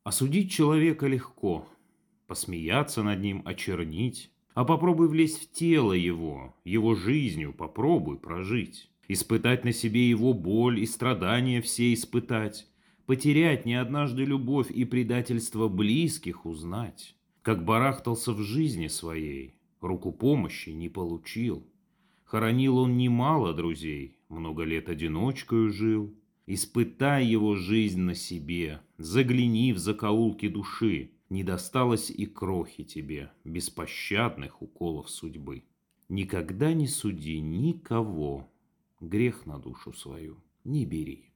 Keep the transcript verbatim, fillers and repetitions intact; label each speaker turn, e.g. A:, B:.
A: Осудить человека легко, посмеяться над ним, очернить. А попробуй влезть в тело его, его жизнью попробуй прожить. Испытать на себе его боль и страдания все испытать. Потерять не однажды любовь и предательство близких узнать. Как барахтался в жизни своей, руку помощи не получил. Хоронил он немало друзей, много лет одиночкою жил. Испытай его жизнь на себе, загляни в закоулки души. Не досталось и крохи тебе беспощадных уколов судьбы. Никогда не суди никого, грех на душу свою не бери.